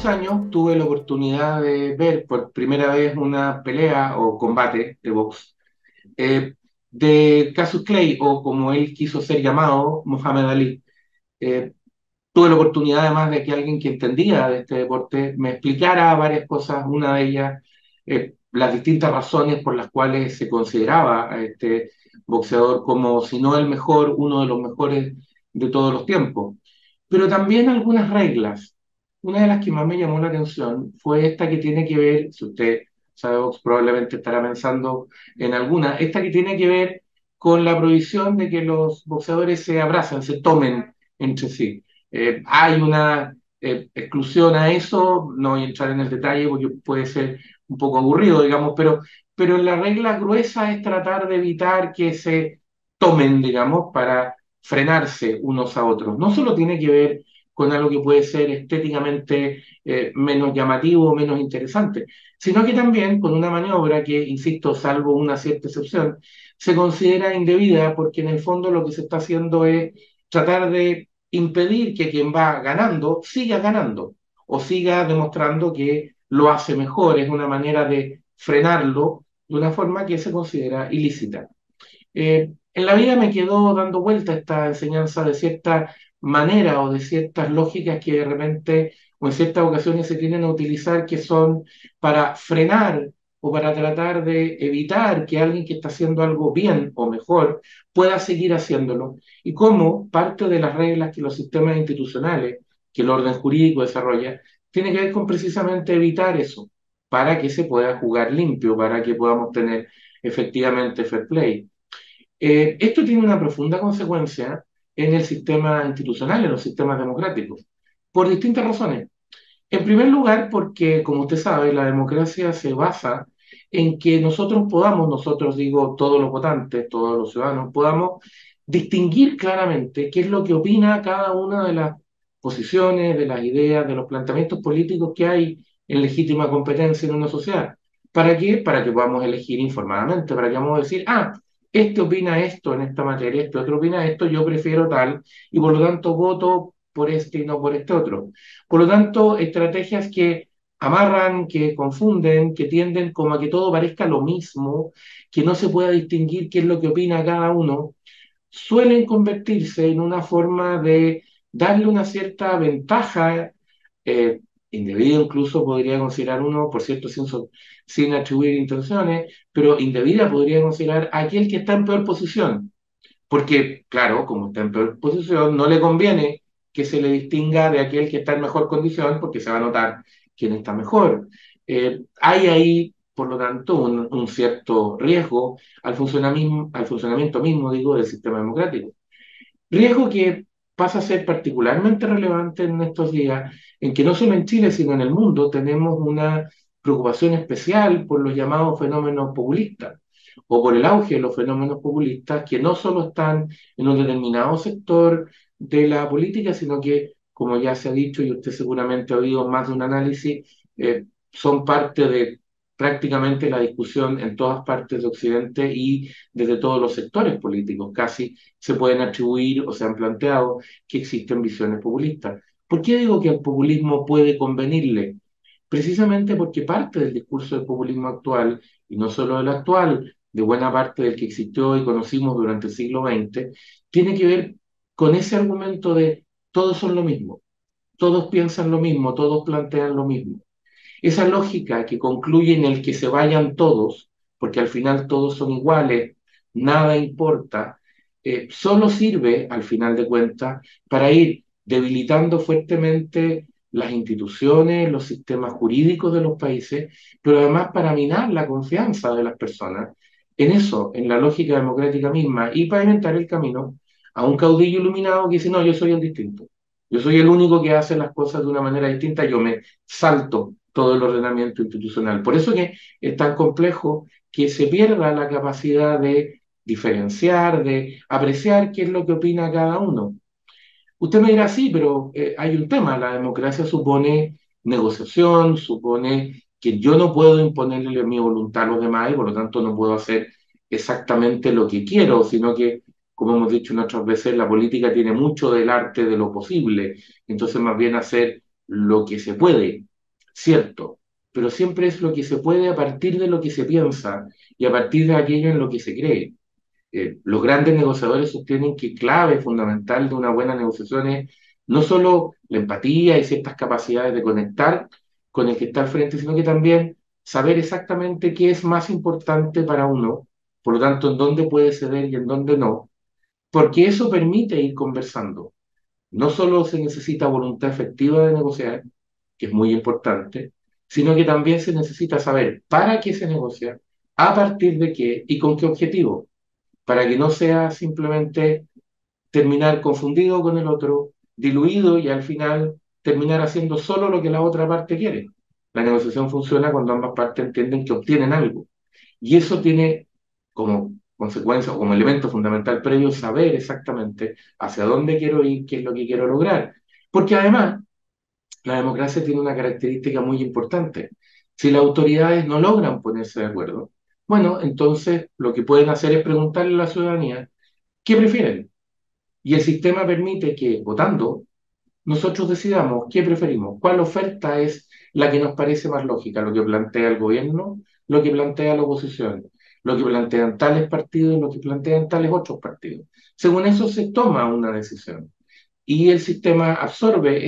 años tuve la oportunidad de ver por primera vez una pelea o combate de box eh, de Cassius Clay, o como él quiso ser llamado, Muhammad Ali. Eh, Tuve la oportunidad además de que alguien que entendía de este deporte me explicara varias cosas, una de ellas, las distintas razones por las cuales se consideraba a este boxeador como, si no el mejor, uno de los mejores de todos los tiempos. Pero también algunas reglas. Una de las que más me llamó la atención fue esta que tiene que ver, si usted sabe box, probablemente estará pensando en alguna, esta que tiene que ver con la prohibición de que los boxeadores se abracen, se tomen entre sí. Hay una exclusión a eso, no voy a entrar en el detalle porque puede ser un poco aburrido, digamos, pero la regla gruesa es tratar de evitar que se tomen, digamos, para frenarse unos a otros. No solo tiene que ver con algo que puede ser estéticamente menos llamativo, menos interesante, sino que también con una maniobra que, insisto, salvo una cierta excepción, se considera indebida porque en el fondo lo que se está haciendo es tratar de impedir que quien va ganando siga ganando o siga demostrando que lo hace mejor. Es una manera de frenarlo de una forma que se considera ilícita. En la vida me quedó dando vuelta esta enseñanza de cierta manera o de ciertas lógicas que de repente o en ciertas ocasiones se tienden a utilizar que son para frenar o para tratar de evitar que alguien que está haciendo algo bien o mejor pueda seguir haciéndolo. Y cómo parte de las reglas que los sistemas institucionales, que el orden jurídico desarrolla, tiene que ver con precisamente evitar eso, para que se pueda jugar limpio, para que podamos tener efectivamente fair play. Esto tiene una profunda consecuencia en el sistema institucional, en los sistemas democráticos, por distintas razones. En primer lugar, porque, como usted sabe, la democracia se basa en que nosotros podamos, nosotros digo todos los votantes, todos los ciudadanos, podamos distinguir claramente qué es lo que opina cada una de las posiciones, de las ideas, de los planteamientos políticos que hay en legítima competencia en una sociedad. ¿Para qué? Para que podamos elegir informadamente, para que podamos decir, este opina esto en esta materia, este otro opina esto, yo prefiero tal, y por lo tanto voto por este y no por este otro. Por lo tanto, estrategias que amarran, que confunden, que tienden como a que todo parezca lo mismo, que no se pueda distinguir qué es lo que opina cada uno, suelen convertirse en una forma de darle una cierta ventaja, eh, indebida incluso podría considerar uno, por cierto, sin atribuir intenciones, pero indebida podría considerar a aquel que está en peor posición. Porque, claro, como está en peor posición, no le conviene que se le distinga de aquel que está en mejor condición, porque se va a notar quién está mejor. Hay ahí, por lo tanto, un cierto riesgo al funcionamiento mismo, digo, del sistema democrático. Riesgo que pasa a ser particularmente relevante en estos días, en que no solo en Chile, sino en el mundo tenemos una preocupación especial por los llamados fenómenos populistas o por el auge de los fenómenos populistas que no solo están en un determinado sector de la política, sino que, como ya se ha dicho y usted seguramente ha oído más de un análisis, son parte de prácticamente la discusión en todas partes de Occidente y desde todos los sectores políticos. Casi se pueden atribuir o se han planteado que existen visiones populistas. ¿Por qué digo que el populismo puede convenirle? Precisamente porque parte del discurso del populismo actual, y no solo del actual, de buena parte del que existió y conocimos durante el siglo XX, tiene que ver con ese argumento de todos son lo mismo, todos piensan lo mismo, todos plantean lo mismo. Esa lógica que concluye en el que se vayan todos, porque al final todos son iguales, nada importa, solo sirve, al final de cuentas, para ir debilitando fuertemente las instituciones, los sistemas jurídicos de los países, pero además para minar la confianza de las personas en eso, en la lógica democrática misma, y pavimentar el camino a un caudillo iluminado que dice, no, yo soy el distinto. Yo soy el único que hace las cosas de una manera distinta, yo me salto todo el ordenamiento institucional. Por eso que es tan complejo que se pierda la capacidad de diferenciar, de apreciar qué es lo que opina cada uno. Usted me dirá, sí, pero hay un tema, la democracia supone negociación, supone que yo no puedo imponerle mi voluntad a los demás y por lo tanto no puedo hacer exactamente lo que quiero, sino que, como hemos dicho en otras veces, la política tiene mucho del arte de lo posible, entonces más bien hacer lo que se puede. cierto, pero siempre es lo que se puede a partir de lo que se piensa y a partir de aquello en lo que se cree. Los grandes negociadores sostienen que clave fundamental de una buena negociación es no solo la empatía y ciertas capacidades de conectar con el que está al frente, sino que también saber exactamente qué es más importante para uno, por lo tanto, en dónde puede ceder y en dónde no, porque eso permite ir conversando. No solo se necesita voluntad efectiva de negociar, que es muy importante, sino que también se necesita saber para qué se negocia, a partir de qué y con qué objetivo, para que no sea simplemente terminar confundido con el otro, diluido y al final terminar haciendo solo lo que la otra parte quiere. La negociación funciona cuando ambas partes entienden que obtienen algo. Y eso tiene como consecuencia o como elemento fundamental previo saber exactamente hacia dónde quiero ir, qué es lo que quiero lograr. Porque además, la democracia tiene una característica muy importante. Si las autoridades no logran ponerse de acuerdo, bueno, entonces lo que pueden hacer es preguntarle a la ciudadanía qué prefieren. Y el sistema permite que, votando, nosotros decidamos qué preferimos, cuál oferta es la que nos parece más lógica, lo que plantea el gobierno, lo que plantea la oposición, lo que plantean tales partidos, lo que plantean tales otros partidos. Según eso se toma una decisión y el sistema absorbe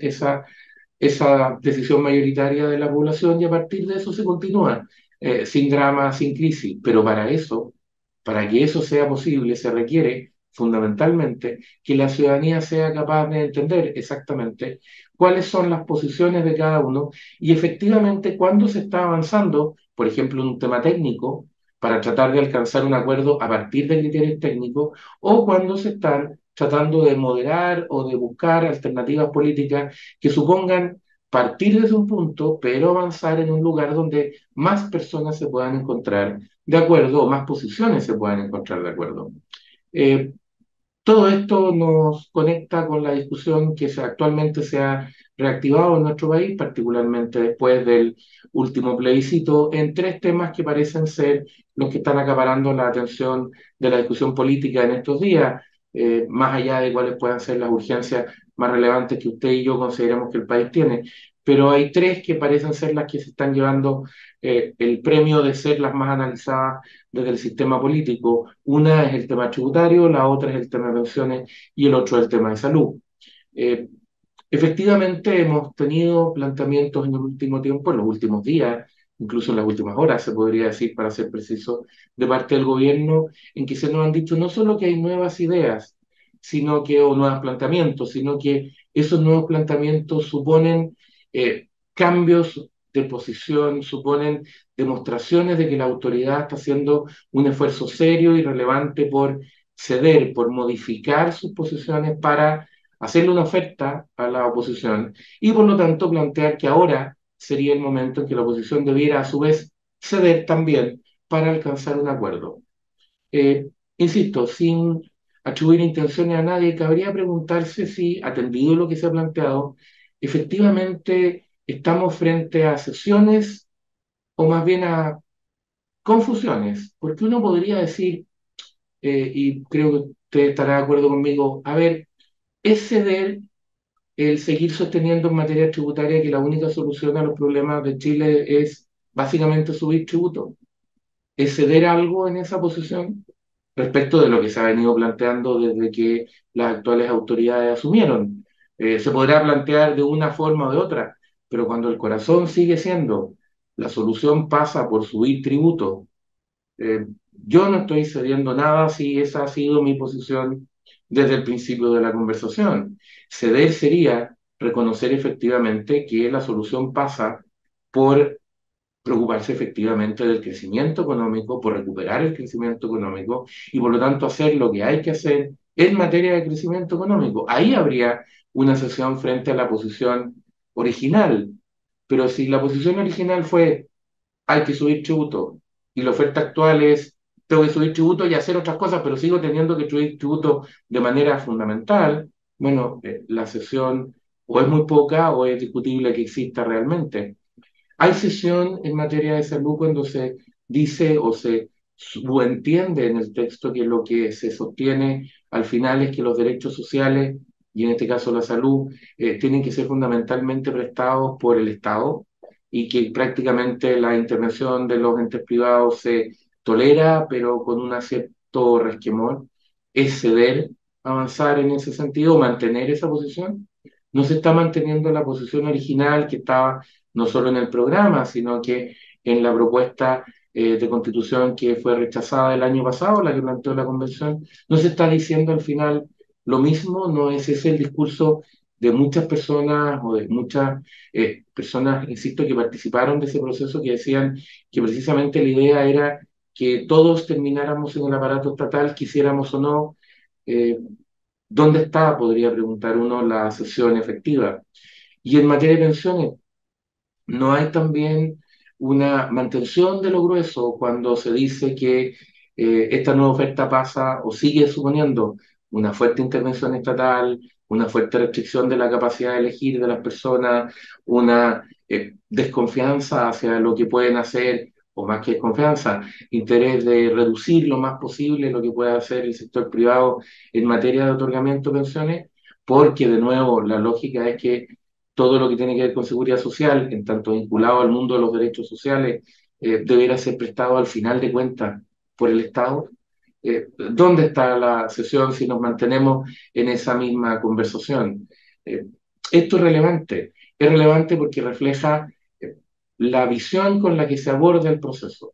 esa decisión mayoritaria de la población y a partir de eso se continúa sin drama, sin crisis. Pero para eso, para que eso sea posible, se requiere fundamentalmente que la ciudadanía sea capaz de entender exactamente cuáles son las posiciones de cada uno y efectivamente cuándo se está avanzando, por ejemplo, en un tema técnico, para tratar de alcanzar un acuerdo a partir de criterios técnicos, o cuando se están tratando de moderar o de buscar alternativas políticas que supongan partir desde un punto, pero avanzar en un lugar donde más personas se puedan encontrar de acuerdo o más posiciones se puedan encontrar de acuerdo. Eh, Todo esto nos conecta con la discusión que actualmente se ha reactivado en nuestro país, particularmente después del último plebiscito, en tres temas que parecen ser los que están acaparando la atención de la discusión política en estos días, más allá de cuáles puedan ser las urgencias más relevantes que usted y yo consideramos que el país tiene. Pero hay tres que parecen ser las que se están llevando el premio de ser las más analizadas desde el sistema político. Una es el tema tributario, la otra es el tema de pensiones y el otro es el tema de salud. Eh, Efectivamente, hemos tenido planteamientos en el último tiempo, en los últimos días, incluso en las últimas horas, se podría decir, para ser preciso, de parte del gobierno, en que se nos han dicho no solo que hay nuevas ideas, sino que, o nuevos planteamientos, sino que esos nuevos planteamientos suponen cambios de posición, suponen demostraciones de que la autoridad está haciendo un esfuerzo serio y relevante por ceder, por modificar sus posiciones para hacerle una oferta a la oposición y por lo tanto plantear que ahora sería el momento en que la oposición debiera a su vez ceder también para alcanzar un acuerdo. Eh, Insisto, sin atribuir intenciones a nadie, cabría preguntarse si, atendido lo que se ha planteado, efectivamente estamos frente a sesiones o más bien a confusiones, porque uno podría decir, y creo que usted estará de acuerdo conmigo, a ver, es ceder el seguir sosteniendo en materia tributaria que la única solución a los problemas de Chile es básicamente subir tributos. ¿Es ceder algo en esa posición respecto de lo que se ha venido planteando desde que las actuales autoridades asumieron? Se podrá plantear de una forma o de otra, pero cuando el corazón sigue siendo la solución pasa por subir tributos, yo no estoy cediendo nada si esa ha sido mi posición desde el principio de la conversación. Ceder sería reconocer efectivamente que la solución pasa por preocuparse efectivamente del crecimiento económico, por recuperar el crecimiento económico y por lo tanto hacer lo que hay que hacer en materia de crecimiento económico. Ahí habría una sesión frente a la posición original. Pero si la posición original fue hay que subir tributo. Y la oferta actual es, tengo que subir tributo y hacer otras cosas, pero sigo teniendo que subir tributo de manera fundamental. Bueno, la sesión o es muy poca o es discutible que exista realmente. Hay sesión en materia de salud cuando se dice o se subentiende en el texto que lo que se sostiene al final es que los derechos sociales, y en este caso la salud, tienen que ser fundamentalmente prestados por el Estado y que prácticamente la intervención de los entes privados se tolera, pero con un cierto resquemor, es ceder, avanzar en ese sentido, mantener esa posición. No se está manteniendo la posición original que estaba no solo en el programa, sino que en la propuesta de constitución que fue rechazada el año pasado, la que planteó la convención. No se está diciendo al final lo mismo, no es ese el discurso de muchas personas o de muchas personas, insisto, que participaron de ese proceso, que decían que precisamente la idea era que todos termináramos en el aparato estatal, quisiéramos o no. eh, ¿Dónde está, podría preguntar uno, la cesión efectiva? Y en materia de pensiones, ¿no hay también una mantención de lo grueso cuando se dice que esta nueva oferta pasa o sigue suponiendo una fuerte intervención estatal, una fuerte restricción de la capacidad de elegir de las personas, una desconfianza hacia lo que pueden hacer, o más que desconfianza, interés de reducir lo más posible lo que pueda hacer el sector privado en materia de otorgamiento de pensiones? Porque, de nuevo, la lógica es que todo lo que tiene que ver con seguridad social, en tanto vinculado al mundo de los derechos sociales, deberá ser prestado al final de cuentas por el Estado. ¿Dónde está la sesión si nos mantenemos en esa misma conversación? Eh, Esto es relevante porque refleja la visión con la que se aborda el proceso.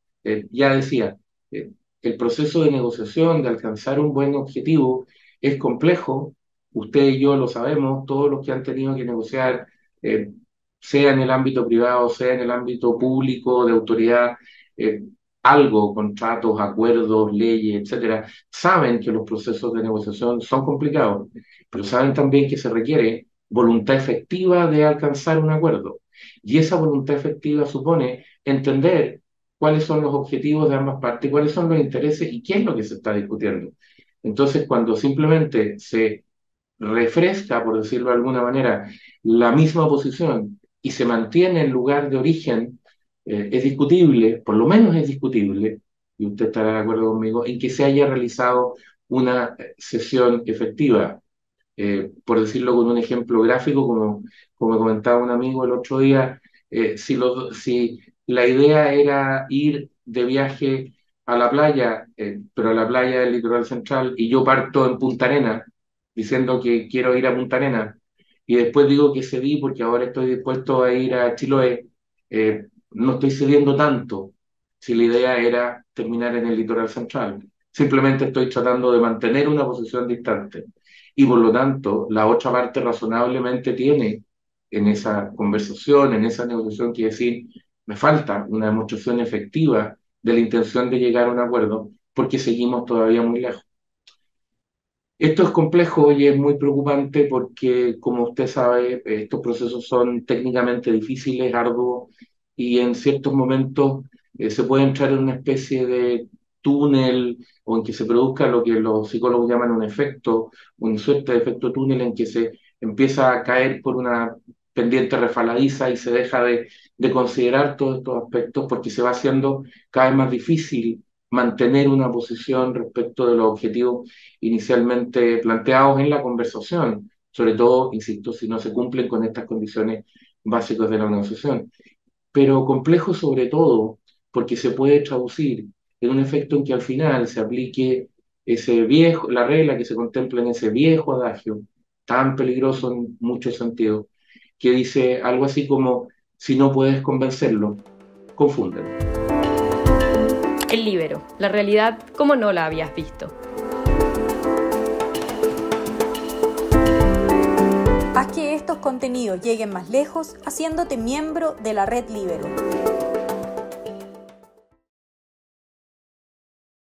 Ya decía, eh, el proceso de negociación, de alcanzar un buen objetivo, es complejo. Usted y yo lo sabemos, todos los que han tenido que negociar, eh, sea en el ámbito privado, sea en el ámbito público, de autoridad, eh, algo, contratos, acuerdos, leyes, etcétera, saben que los procesos de negociación son complicados, pero saben también que se requiere voluntad efectiva de alcanzar un acuerdo. Y esa voluntad efectiva supone entender cuáles son los objetivos de ambas partes, cuáles son los intereses y qué es lo que se está discutiendo. Entonces, cuando simplemente se refresca, por decirlo de alguna manera, la misma posición y se mantiene el lugar de origen, es discutible, por lo menos es discutible, y usted estará de acuerdo conmigo, en que se haya realizado una sesión efectiva. Por decirlo con un ejemplo gráfico, como comentaba un amigo el otro día, si la idea era ir de viaje a la playa, pero a la playa del litoral central, y yo parto en Punta Arenas, diciendo que quiero ir a Punta Arenas, y después digo que cedí porque ahora estoy dispuesto a ir a Chiloé, no estoy cediendo tanto si la idea era terminar en el litoral central. Simplemente estoy tratando de mantener una posición distante y por lo tanto la otra parte razonablemente tiene en esa conversación, en esa negociación, que decir, me falta una demostración efectiva de la intención de llegar a un acuerdo porque seguimos todavía muy lejos. Esto es complejo y es muy preocupante porque, como usted sabe, estos procesos son técnicamente difíciles, arduos y en ciertos momentos se puede entrar en una especie de túnel o en que se produzca lo que los psicólogos llaman un efecto, una suerte de efecto túnel en que se empieza a caer por una pendiente resbaladiza y se deja de considerar todos estos aspectos porque se va haciendo cada vez más difícil mantener una posición respecto de los objetivos inicialmente planteados en la conversación, sobre todo, insisto, si no se cumplen con estas condiciones básicas de la negociación. Pero complejo sobre todo porque se puede traducir en un efecto en que al final se aplique la regla que se contempla en ese viejo adagio, tan peligroso en muchos sentidos, que dice algo así como, si no puedes convencerlo, confúndelo. El Líbero, la realidad como no la habías visto. Haz que estos contenidos lleguen más lejos haciéndote miembro de la Red Líbero.